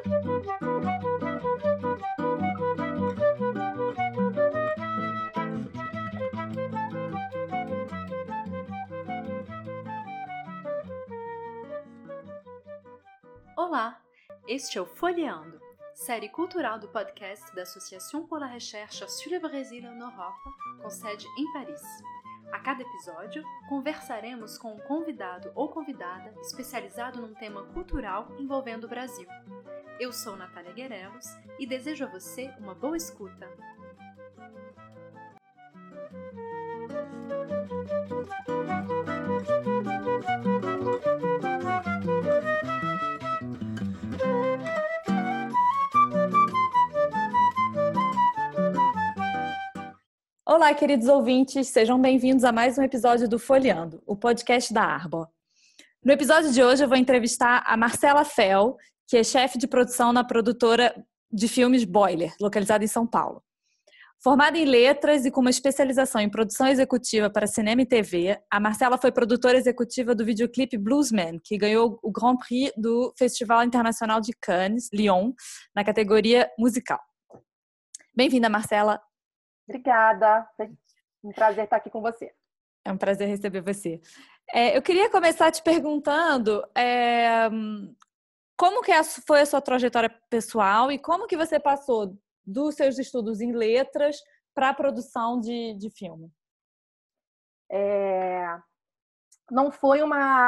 Olá, este é o Folheando, série cultural do podcast da Association pour la Recherche sur le Brésil en Europe, com sede em Paris. A cada episódio, conversaremos com um convidado ou convidada especializado num tema cultural envolvendo o Brasil. Eu sou Natália Guerelos e desejo a você uma boa escuta. Olá, queridos ouvintes, sejam bem-vindos a mais um episódio do Folheando, o podcast da Arbor. No episódio de hoje eu vou entrevistar a Marcela Fel, que é chefe de produção na produtora de filmes Boiler, localizada em São Paulo. Formada em letras e com uma especialização em produção executiva para cinema e TV, a Marcela foi produtora executiva do videoclipe Bluesman, que ganhou o Grand Prix do Festival Internacional de Cannes, Lyon, na categoria musical. Bem-vinda, Marcela. Obrigada, um prazer estar aqui com você. É um prazer receber você. Eu queria começar te perguntando como que foi a sua trajetória pessoal e como que você passou dos seus estudos em letras para a produção de filme? Não foi uma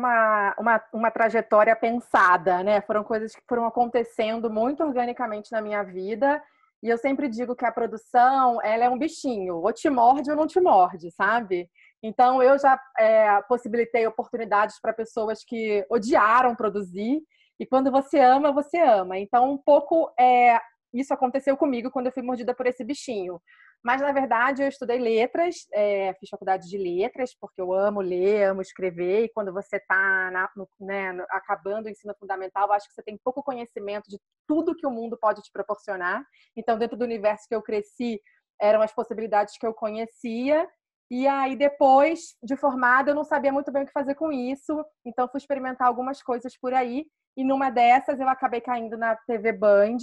trajetória pensada, né? Foram coisas que foram acontecendo muito organicamente na minha vida. E eu sempre digo que a produção, ela é um bichinho, ou te morde ou não te morde, sabe? Então, eu já possibilitei oportunidades para pessoas que odiaram produzir, e quando você ama, você ama. Então, um pouco isso aconteceu comigo quando eu fui mordida por esse bichinho. Mas, na verdade, eu estudei letras, fiz faculdade de letras, porque eu amo ler, amo escrever, e quando você está acabando o ensino fundamental, eu acho que você tem pouco conhecimento de tudo que o mundo pode te proporcionar. Então, dentro do universo que eu cresci, eram as possibilidades que eu conhecia, e aí depois de formada, eu não sabia muito bem o que fazer com isso, então fui experimentar algumas coisas por aí, e numa dessas eu acabei caindo na TV Band,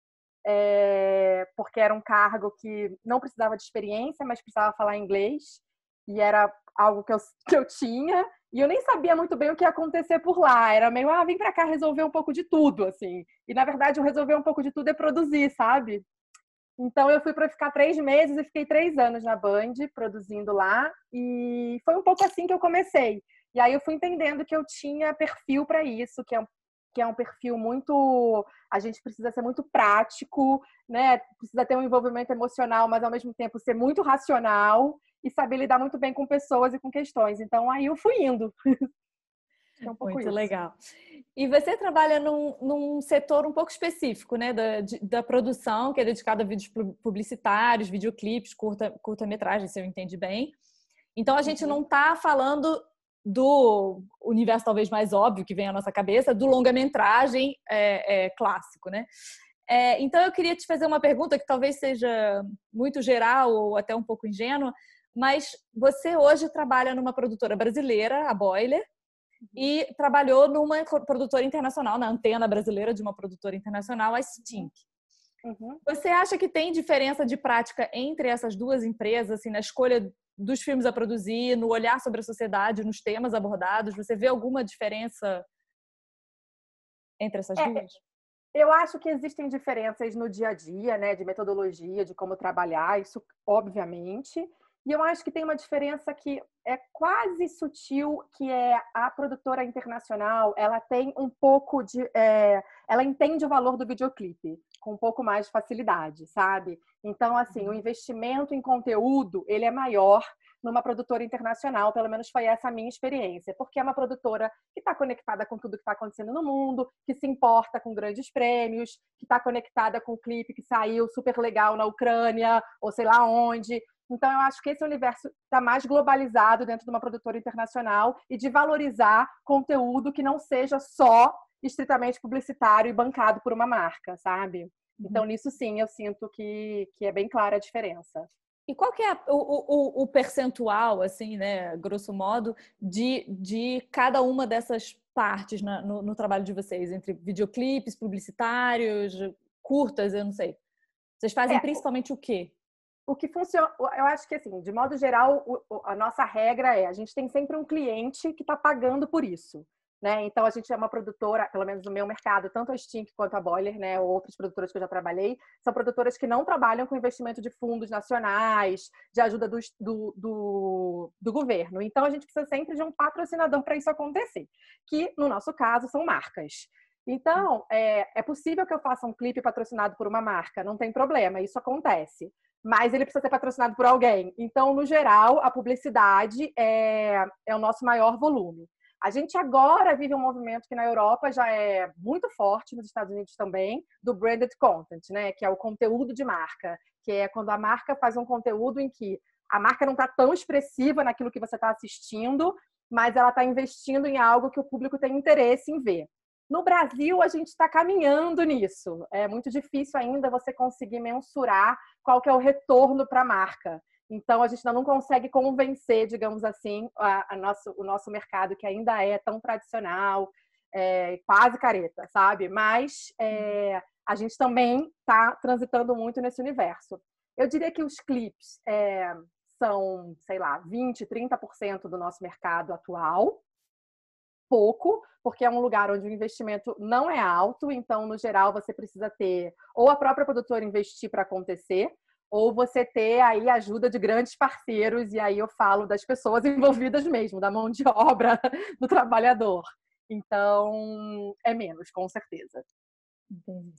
porque era um cargo que não precisava de experiência, mas precisava falar inglês, e era algo que eu tinha, e eu nem sabia muito bem o que ia acontecer por lá, era meio, vem pra cá resolver um pouco de tudo, assim, e na verdade o resolver um pouco de tudo é produzir, sabe? Então eu fui para ficar 3 meses e fiquei 3 anos na Band, produzindo lá, e foi um pouco assim que eu comecei, e aí eu fui entendendo que eu tinha perfil para isso, que é um perfil muito... A gente precisa ser muito prático, né? Precisa ter um envolvimento emocional, mas ao mesmo tempo ser muito racional e saber lidar muito bem com pessoas e com questões. Então, aí eu fui indo. É um pouco muito isso. Legal. E você trabalha num setor um pouco específico, né? Da produção, que é dedicado a vídeos publicitários, videoclipes, curta-metragem, se eu entendi bem. Então, a gente não está falando do universo talvez mais óbvio que vem à nossa cabeça, do longa-metragem clássico, né? Então eu queria te fazer uma pergunta que talvez seja muito geral ou até um pouco ingênua, mas você hoje trabalha numa produtora brasileira, a Boiler, e trabalhou numa produtora internacional, na antena brasileira de uma produtora internacional, a Stink. Você acha que tem diferença de prática entre essas duas empresas, assim, na escolha dos filmes a produzir, no olhar sobre a sociedade, nos temas abordados? Você vê alguma diferença entre essas duas? Eu acho que existem diferenças no dia a dia, né, de metodologia, de como trabalhar, isso obviamente. E eu acho que tem uma diferença que é quase sutil, que é a produtora internacional, ela tem um pouco de... ela entende o valor do videoclipe com um pouco mais de facilidade, sabe? Então, assim, o investimento em conteúdo, ele é maior numa produtora internacional, pelo menos foi essa a minha experiência, porque é uma produtora que está conectada com tudo que está acontecendo no mundo, que se importa com grandes prêmios, que está conectada com o clipe que saiu super legal na Ucrânia, ou sei lá onde. Então, eu acho que esse universo está mais globalizado dentro de uma produtora internacional e de valorizar conteúdo que não seja só estritamente publicitário e bancado por uma marca, sabe? Então, nisso sim, eu sinto que é bem clara a diferença. E qual que é o percentual, assim, né, grosso modo, de cada uma dessas partes no trabalho de vocês? Entre videoclipes, publicitários, curtas, eu não sei. Vocês fazem principalmente o quê? O que funciona, eu acho que assim, de modo geral, a nossa regra a gente tem sempre um cliente que está pagando por isso, né? Então a gente é uma produtora, pelo menos no meu mercado, tanto a Stink quanto a Boiler, né, ou outras produtoras que eu já trabalhei, são produtoras que não trabalham com investimento de fundos nacionais, de ajuda do governo. Então a gente precisa sempre de um patrocinador para isso acontecer, que no nosso caso são marcas. Então, é possível que eu faça um clipe patrocinado por uma marca, não tem problema, isso acontece. Mas ele precisa ser patrocinado por alguém. Então, no geral, a publicidade é o nosso maior volume. A gente agora vive um movimento que na Europa já é muito forte, nos Estados Unidos também, do branded content, né? Que é o conteúdo de marca, que é quando a marca faz um conteúdo em que a marca não está tão expressiva naquilo que você está assistindo, mas ela está investindo em algo que o público tem interesse em ver. No Brasil, a gente está caminhando nisso. É muito difícil ainda você conseguir mensurar qual que é o retorno para a marca. Então, a gente ainda não consegue convencer, digamos assim, o nosso mercado, que ainda é tão tradicional, quase careta, sabe? Mas a gente também está transitando muito nesse universo. Eu diria que os clipes são, sei lá, 20%, 30% do nosso mercado atual. Pouco, porque é um lugar onde o investimento não é alto, então, no geral, você precisa ter ou a própria produtora investir para acontecer, ou você ter aí a ajuda de grandes parceiros, e aí eu falo das pessoas envolvidas mesmo, da mão de obra do trabalhador. Então, é menos, com certeza. Entendi.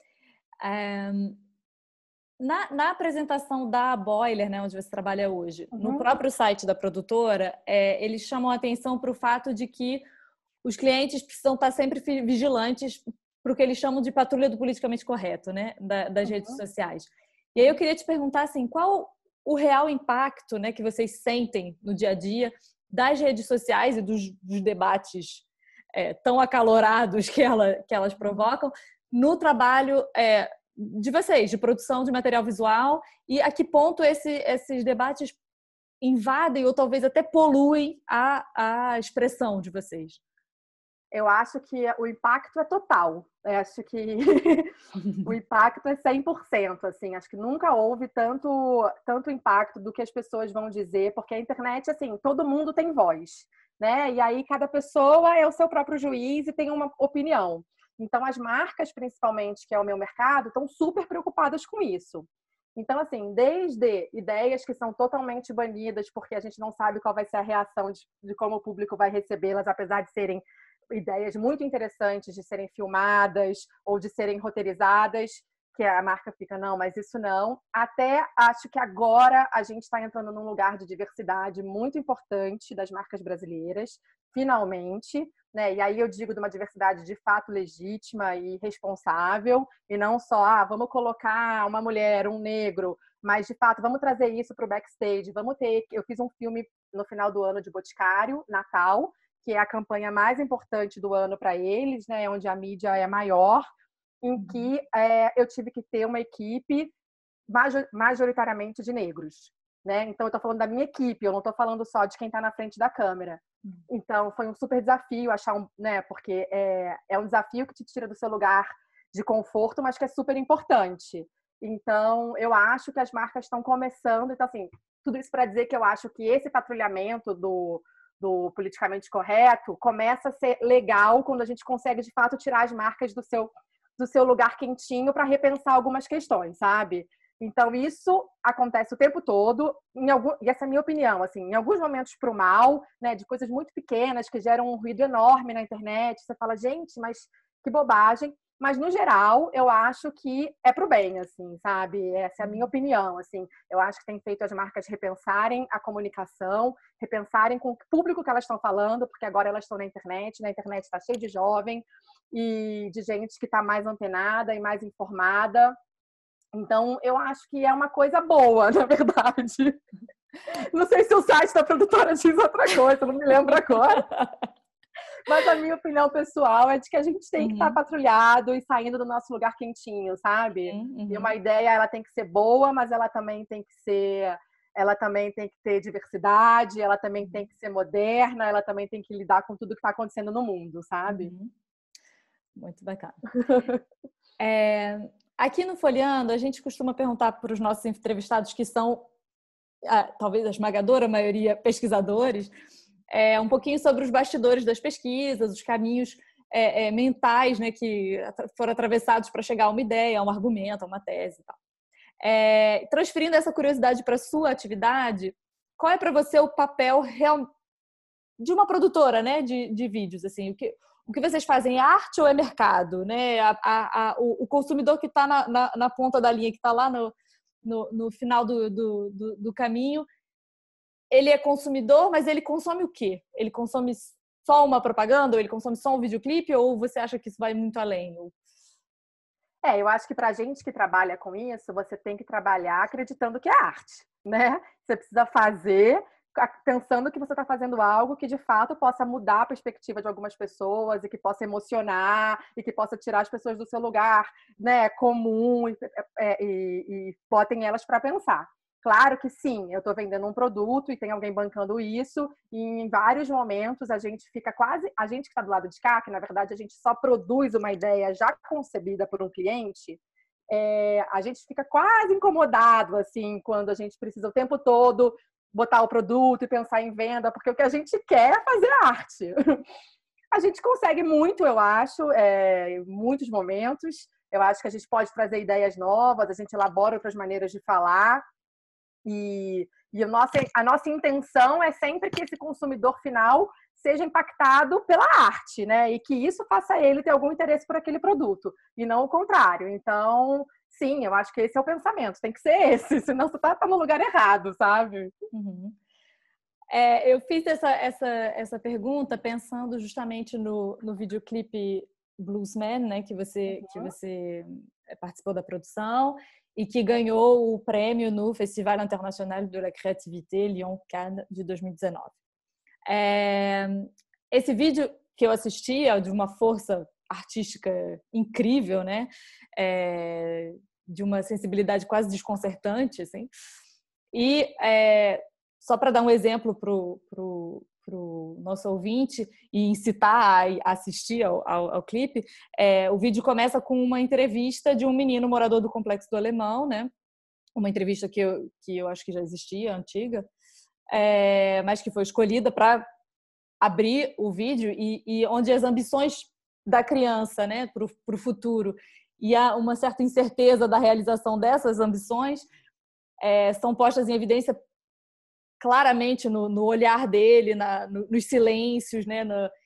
Na apresentação da Boiler, né, onde você trabalha hoje, no próprio site da produtora, eles chamam a atenção para o fato de que os clientes precisam estar sempre vigilantes para o que eles chamam de patrulha do politicamente correto, né, das redes sociais. E aí eu queria te perguntar assim, qual o real impacto, né, que vocês sentem no dia a dia das redes sociais e dos debates tão acalorados que elas provocam no trabalho de vocês, de produção de material visual, e a que ponto esses debates invadem ou talvez até poluem a expressão de vocês? Eu acho que o impacto é total. Eu acho que o impacto é 100%. Assim, acho que nunca houve tanto impacto do que as pessoas vão dizer, porque a internet, assim, todo mundo tem voz, né? E aí cada pessoa é o seu próprio juiz e tem uma opinião. Então, as marcas, principalmente, que é o meu mercado, estão super preocupadas com isso. Então, assim, desde ideias que são totalmente banidas, porque a gente não sabe qual vai ser a reação de como o público vai recebê-las, apesar de serem ideias muito interessantes de serem filmadas ou de serem roteirizadas, que a marca fica, não, mas isso não. Até acho que agora a gente está entrando num lugar de diversidade muito importante das marcas brasileiras, finalmente, né? E aí eu digo de uma diversidade de fato legítima e responsável, e não só, vamos colocar uma mulher, um negro, mas de fato, vamos trazer isso para o backstage, vamos ter... Eu fiz um filme no final do ano de Boticário, Natal, que é a campanha mais importante do ano para eles, né, onde a mídia é maior, em que eu tive que ter uma equipe majoritariamente de negros, né? Então, eu estou falando da minha equipe, eu não estou falando só de quem está na frente da câmera. Então, foi um super desafio achar né? Porque é um desafio que te tira do seu lugar de conforto, mas que é super importante. Então, eu acho que as marcas estão começando. Então, assim, tudo isso para dizer que eu acho que esse patrulhamento do politicamente correto começa a ser legal quando a gente consegue, de fato, tirar as marcas do seu lugar quentinho para repensar algumas questões, sabe? Então, isso acontece o tempo todo, e essa é a minha opinião, assim, em alguns momentos para o mal, né, de coisas muito pequenas que geram um ruído enorme na internet, você fala, gente, mas que bobagem. Mas, no geral, eu acho que é pro bem, assim, sabe? Essa é a minha opinião, assim. Eu acho que tem feito as marcas repensarem a comunicação, repensarem com o público que elas estão falando, porque agora elas estão na internet está cheio de jovem e de gente que está mais antenada e mais informada. Então, eu acho que é uma coisa boa, na verdade. Não sei se o site da produtora diz outra coisa, não me lembro agora. Mas a minha opinião pessoal é de que a gente tem que estar patrulhado e saindo do nosso lugar quentinho, sabe? E uma ideia, ela tem que ser boa, mas ela também tem que ser ela também tem que ter diversidade, ela também tem que ser moderna, ela também tem que lidar com tudo que está acontecendo no mundo, sabe? Muito bacana. Aqui no Folheando, a gente costuma perguntar para os nossos entrevistados, que são, talvez a esmagadora maioria, pesquisadores, um pouquinho sobre os bastidores das pesquisas, os caminhos mentais, né, que foram atravessados para chegar a uma ideia, a um argumento, a uma tese e tal. Transferindo essa curiosidade para a sua atividade, qual é para você o papel real de uma produtora, né, de vídeos? Assim, o que vocês fazem é arte ou é mercado? Né? O consumidor que está na ponta da linha, que está lá no final do caminho, ele é consumidor, mas ele consome o quê? Ele consome só uma propaganda? Ou ele consome só um videoclipe? Ou você acha que isso vai muito além? Eu acho que para a gente que trabalha com isso, você tem que trabalhar acreditando que é arte, né? Você precisa fazer pensando que você está fazendo algo que de fato possa mudar a perspectiva de algumas pessoas e que possa emocionar e que possa tirar as pessoas do seu lugar, né, comum e botem elas para pensar. Claro que sim, eu estou vendendo um produto e tem alguém bancando isso, e em vários momentos a gente que está do lado de cá, que na verdade a gente só produz uma ideia já concebida por um cliente, a gente fica quase incomodado, assim, quando a gente precisa o tempo todo botar o produto e pensar em venda, porque o que a gente quer é fazer arte. A gente consegue muito, eu acho, em muitos momentos. Eu acho que a gente pode trazer ideias novas, a gente elabora outras maneiras de falar. E a nossa intenção é sempre que esse consumidor final seja impactado pela arte, né? E que isso faça ele ter algum interesse por aquele produto, e não o contrário. Então, sim, eu acho que esse é o pensamento, tem que ser esse, senão você tá no lugar errado, sabe? Eu fiz essa pergunta pensando justamente no videoclipe Bluesman, né, que você participou da produção e que ganhou o prêmio no Festival International de la Créativité Lyon-Cannes de 2019. Esse vídeo que eu assisti é de uma força artística incrível, né, de uma sensibilidade quase desconcertante, assim. E só para dar um exemplo para o nosso ouvinte e incitar a assistir ao clipe, o vídeo começa com uma entrevista de um menino morador do Complexo do Alemão, né? Uma entrevista que eu acho que já existia, antiga, mas que foi escolhida para abrir o vídeo e onde as ambições da criança, né, para o futuro e há uma certa incerteza da realização dessas ambições são postas em evidência claramente no olhar dele, nos silêncios, né?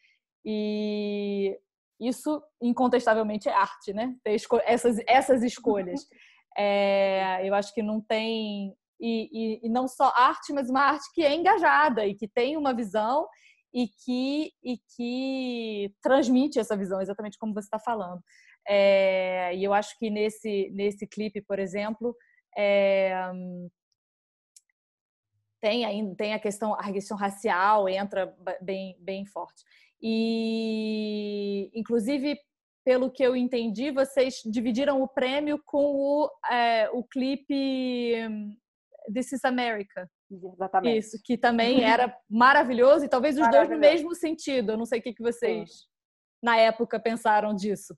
E isso, incontestavelmente, é arte, né? Essas escolhas. Eu acho que não tem... E não só arte, mas uma arte que é engajada e que tem uma visão e que transmite essa visão, exatamente como você está falando. E eu acho que nesse clipe, por exemplo, tem a questão racial, entra bem forte. E, inclusive, pelo que eu entendi, vocês dividiram o prêmio com o clipe This is America. Exatamente. Isso, que também era maravilhoso, e talvez os dois no mesmo sentido. Eu não sei o que vocês, na época, pensaram disso.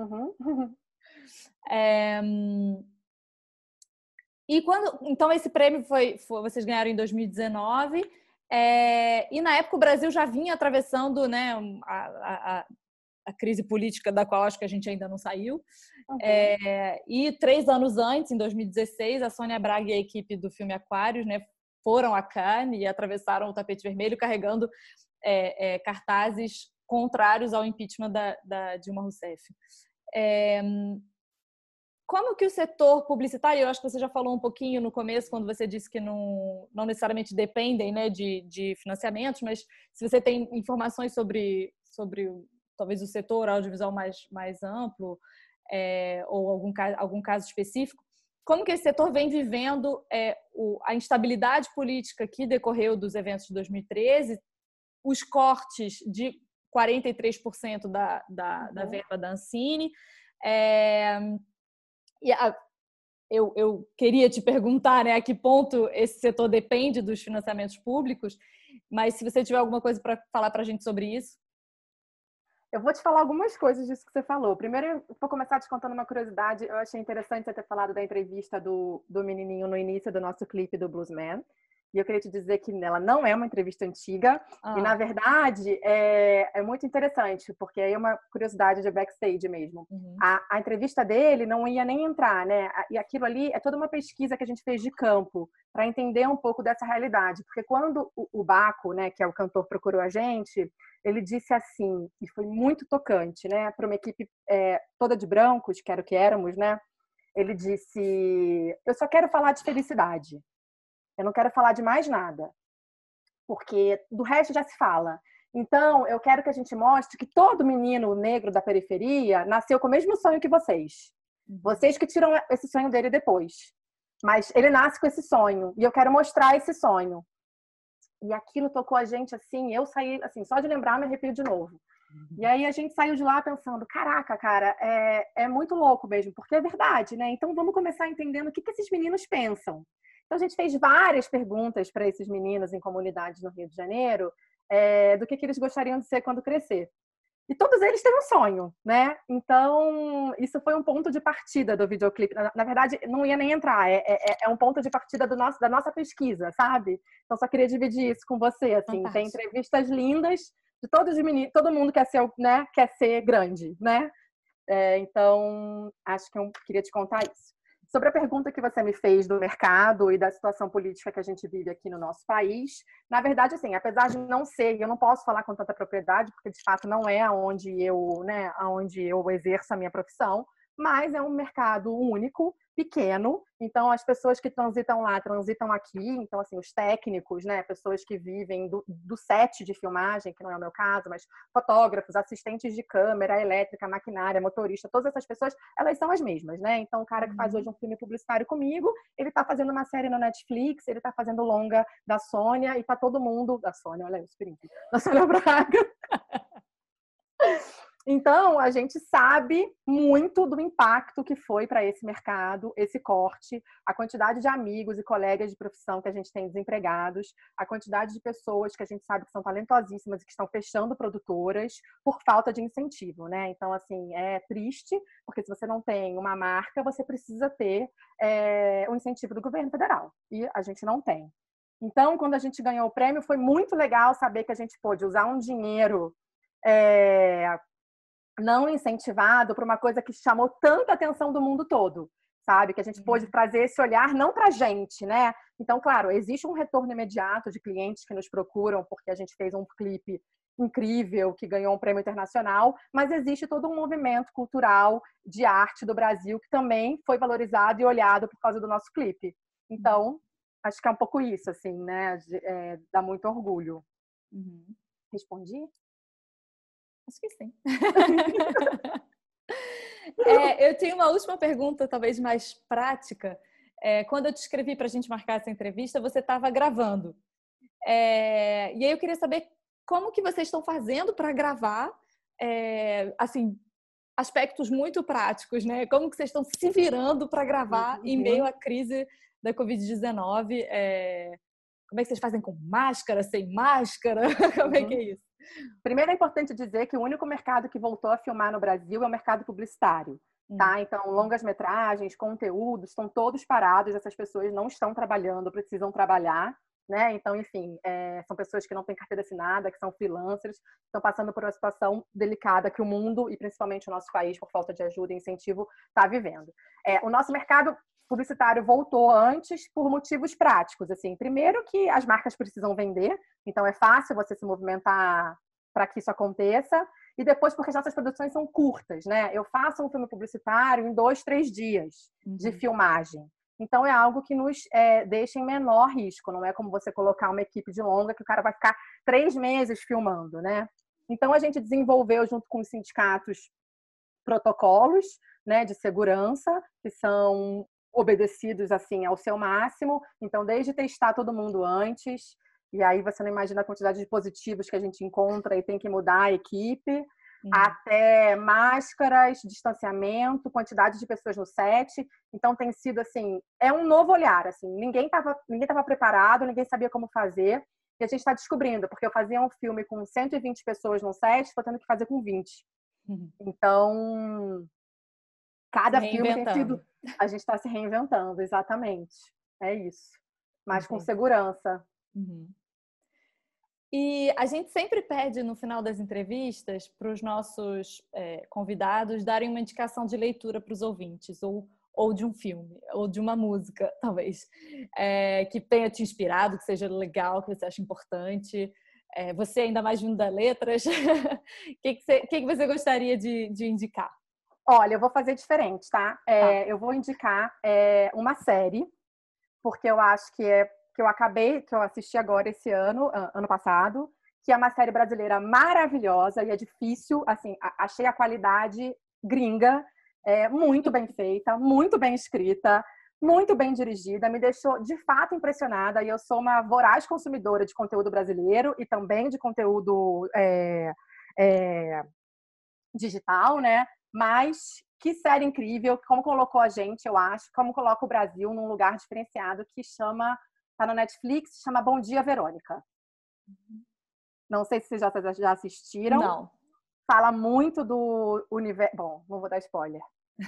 E então esse prêmio vocês ganharam em 2019 e na época o Brasil já vinha atravessando, né, a crise política da qual acho que a gente ainda não saiu. E 3 anos antes, em 2016, a Sônia Braga e a equipe do filme Aquários, né, foram a Cannes e atravessaram o tapete vermelho carregando cartazes contrários ao impeachment da Dilma Rousseff. Como que o setor publicitário, eu acho que você já falou um pouquinho no começo, quando você disse que não necessariamente dependem, né, de financiamentos, mas se você tem informações sobre talvez o setor audiovisual mais amplo, ou algum caso específico, como que esse setor vem vivendo a instabilidade política que decorreu dos eventos de 2013, os cortes de 43% da verba da Ancine, e eu queria te perguntar, né, a que ponto esse setor depende dos financiamentos públicos, mas se você tiver alguma coisa para falar para a gente sobre isso. Eu vou te falar algumas coisas disso que você falou. Primeiro, eu vou começar te contando uma curiosidade. Eu achei interessante você ter falado da entrevista do menininho no início do nosso clipe do Bluesman. E eu queria te dizer que ela não é uma entrevista antiga. E, na verdade, é muito interessante, porque aí é uma curiosidade de backstage mesmo. Uhum. A entrevista dele não ia nem entrar, né? E aquilo ali é toda uma pesquisa que a gente fez de campo para entender um pouco dessa realidade. Porque quando o Baco, né, que é o cantor, procurou a gente, ele disse assim, e foi muito tocante, né? Para uma equipe toda de brancos, que era o que éramos, né? Ele disse: eu só quero falar de felicidade. Eu não quero falar de mais nada, porque do resto já se fala. Então, eu quero que a gente mostre que todo menino negro da periferia nasceu com o mesmo sonho que vocês. Vocês que tiram esse sonho dele depois. Mas ele nasce com esse sonho, e eu quero mostrar esse sonho. E aquilo tocou a gente assim, eu saí, assim, só de lembrar me arrepio de novo. E aí a gente saiu de lá pensando, caraca, cara, é muito louco mesmo, porque é verdade, né? Então vamos começar entendendo o que esses meninos pensam. Então a gente fez várias perguntas para esses meninos em comunidades no Rio de Janeiro, do que eles gostariam de ser quando crescer. E todos eles têm um sonho, né? Então, isso foi um ponto de partida do videoclipe. Na verdade, não ia nem entrar. É um ponto de partida da nossa pesquisa, sabe? Então, só queria dividir isso com você. Assim, tem entrevistas lindas de todos os meninos. Todo mundo quer ser, né? Quer ser grande, né? Então, acho que eu queria te contar isso. Sobre a pergunta que você me fez do mercado e da situação política que a gente vive aqui no nosso país, na verdade, assim, apesar de não ser, e eu não posso falar com tanta propriedade, porque de fato não é onde eu exerço a minha profissão, mas é um mercado único, pequeno, então as pessoas que transitam lá, transitam aqui, então assim, os técnicos, né, pessoas que vivem do set de filmagem, que não é o meu caso, mas fotógrafos, assistentes de câmera, elétrica, maquinária, motorista, todas essas pessoas, elas são as mesmas, né? Então o cara que faz hoje um filme publicitário comigo, ele tá fazendo uma série no Netflix, ele tá fazendo longa da Sônia, e tá todo mundo, da Sônia, olha isso, da Sônia Braga. Então, a gente sabe muito do impacto que foi para esse mercado, esse corte, a quantidade de amigos e colegas de profissão que a gente tem desempregados, a quantidade de pessoas que a gente sabe que são talentosíssimas e que estão fechando produtoras por falta de incentivo, né? Então, assim, é triste, porque se você não tem uma marca, você precisa ter um incentivo do governo federal, e a gente não tem. Então, quando a gente ganhou o prêmio, foi muito legal saber que a gente pôde usar um dinheiro não incentivado para uma coisa que chamou tanta atenção do mundo todo, sabe? Que a gente pôde trazer esse olhar não para a gente, né? Então, claro, existe um retorno imediato de clientes que nos procuram porque a gente fez um clipe incrível que ganhou um prêmio internacional, mas existe todo um movimento cultural de arte do Brasil que também foi valorizado e olhado por causa do nosso clipe. Então, acho que é um pouco isso, assim, né? Dá muito orgulho. Respondi? Acho que sim. Eu tenho uma última pergunta, talvez mais prática. Quando eu te escrevi para a gente marcar essa entrevista, você estava gravando. E aí eu queria saber como que vocês estão fazendo para gravar, assim, aspectos muito práticos, né? Como que vocês estão se virando para gravar em meio à crise da Covid-19? Como é que vocês fazem com máscara, sem máscara? Como é que é isso? Primeiro é importante dizer que o único mercado que voltou a filmar no Brasil é o mercado publicitário, tá? Então, longas-metragens, conteúdos, estão todos parados, essas pessoas não estão trabalhando, precisam trabalhar, né? Então, enfim, são pessoas que não têm carteira assinada, que são freelancers, estão passando por uma situação delicada que o mundo, e principalmente o nosso país, por falta de ajuda e incentivo, está vivendo. O nosso mercado publicitário voltou antes por motivos práticos, assim. Primeiro que as marcas precisam vender, então é fácil você se movimentar para que isso aconteça, e depois porque as nossas produções são curtas, né? Eu faço um filme publicitário em 2, 3 dias de filmagem. Então é algo que nos deixa em menor risco, não é como você colocar uma equipe de longa que o cara vai ficar 3 meses filmando, né? Então a gente desenvolveu junto com os sindicatos protocolos, né, de segurança que são obedecidos assim ao seu máximo. Então, desde testar todo mundo antes, e aí você não imagina a quantidade de positivos que a gente encontra e tem que mudar a equipe, até máscaras, distanciamento, quantidade de pessoas no set. Então tem sido assim, é um novo olhar, assim, ninguém tava preparado, ninguém sabia como fazer. E a gente está descobrindo, porque eu fazia um filme com 120 pessoas no set, estou tendo que fazer com 20. Então, cada filme tem sido... A gente está se reinventando, exatamente. É isso. Mas com segurança. E a gente sempre pede, no final das entrevistas, para os nossos convidados darem uma indicação de leitura para os ouvintes, ou de um filme, ou de uma música, talvez, que tenha te inspirado, que seja legal, que você acha importante. Você, ainda mais vindo da Letras, o que você gostaria de indicar? Olha, eu vou fazer diferente, tá? Eu vou indicar uma série, porque eu acho que que eu assisti agora esse ano passado, que é uma série brasileira maravilhosa e é difícil, assim, achei a qualidade gringa, muito bem feita, muito bem escrita, muito bem dirigida, me deixou de fato impressionada, e eu sou uma voraz consumidora de conteúdo brasileiro e também de conteúdo digital, né? Mas que série incrível, como colocou a gente, eu acho, como coloca o Brasil num lugar diferenciado que tá no Netflix, chama Bom Dia, Verônica. Não sei se vocês já assistiram. Não. Fala muito do universo... Bom, não vou dar spoiler.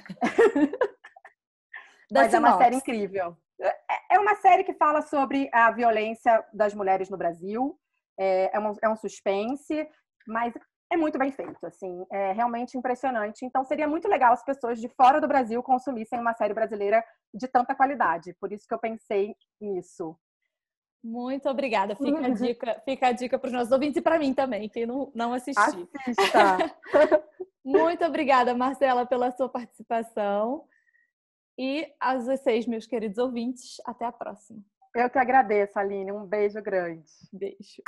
Mas é uma série incrível. É uma série que fala sobre a violência das mulheres no Brasil. É um suspense, mas é muito bem feito, assim, é realmente impressionante. Então, seria muito legal as pessoas de fora do Brasil consumissem uma série brasileira de tanta qualidade. Por isso que eu pensei nisso. Muito obrigada. Fica a dica para os nossos ouvintes e para mim também, quem não assistiu. Assista! Muito obrigada, Marcela, pela sua participação. E a vocês, meus queridos ouvintes, até a próxima. Eu que agradeço, Aline. Um beijo grande. Beijo.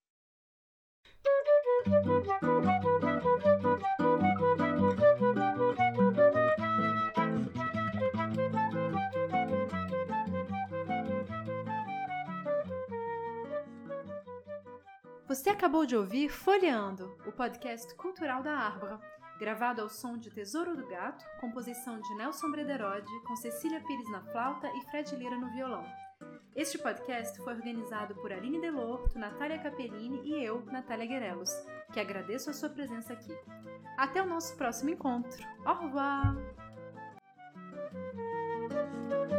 Você acabou de ouvir Folheando, o podcast cultural da Arbra, gravado ao som de Tesouro do Gato, composição de Nelson Brederode, com Cecília Pires na flauta e Fred Lira no violão. Este podcast foi organizado por Aline Delorto, Natália Capellini e eu, Natália Guerelos, que agradeço a sua presença aqui. Até o nosso próximo encontro. Au revoir!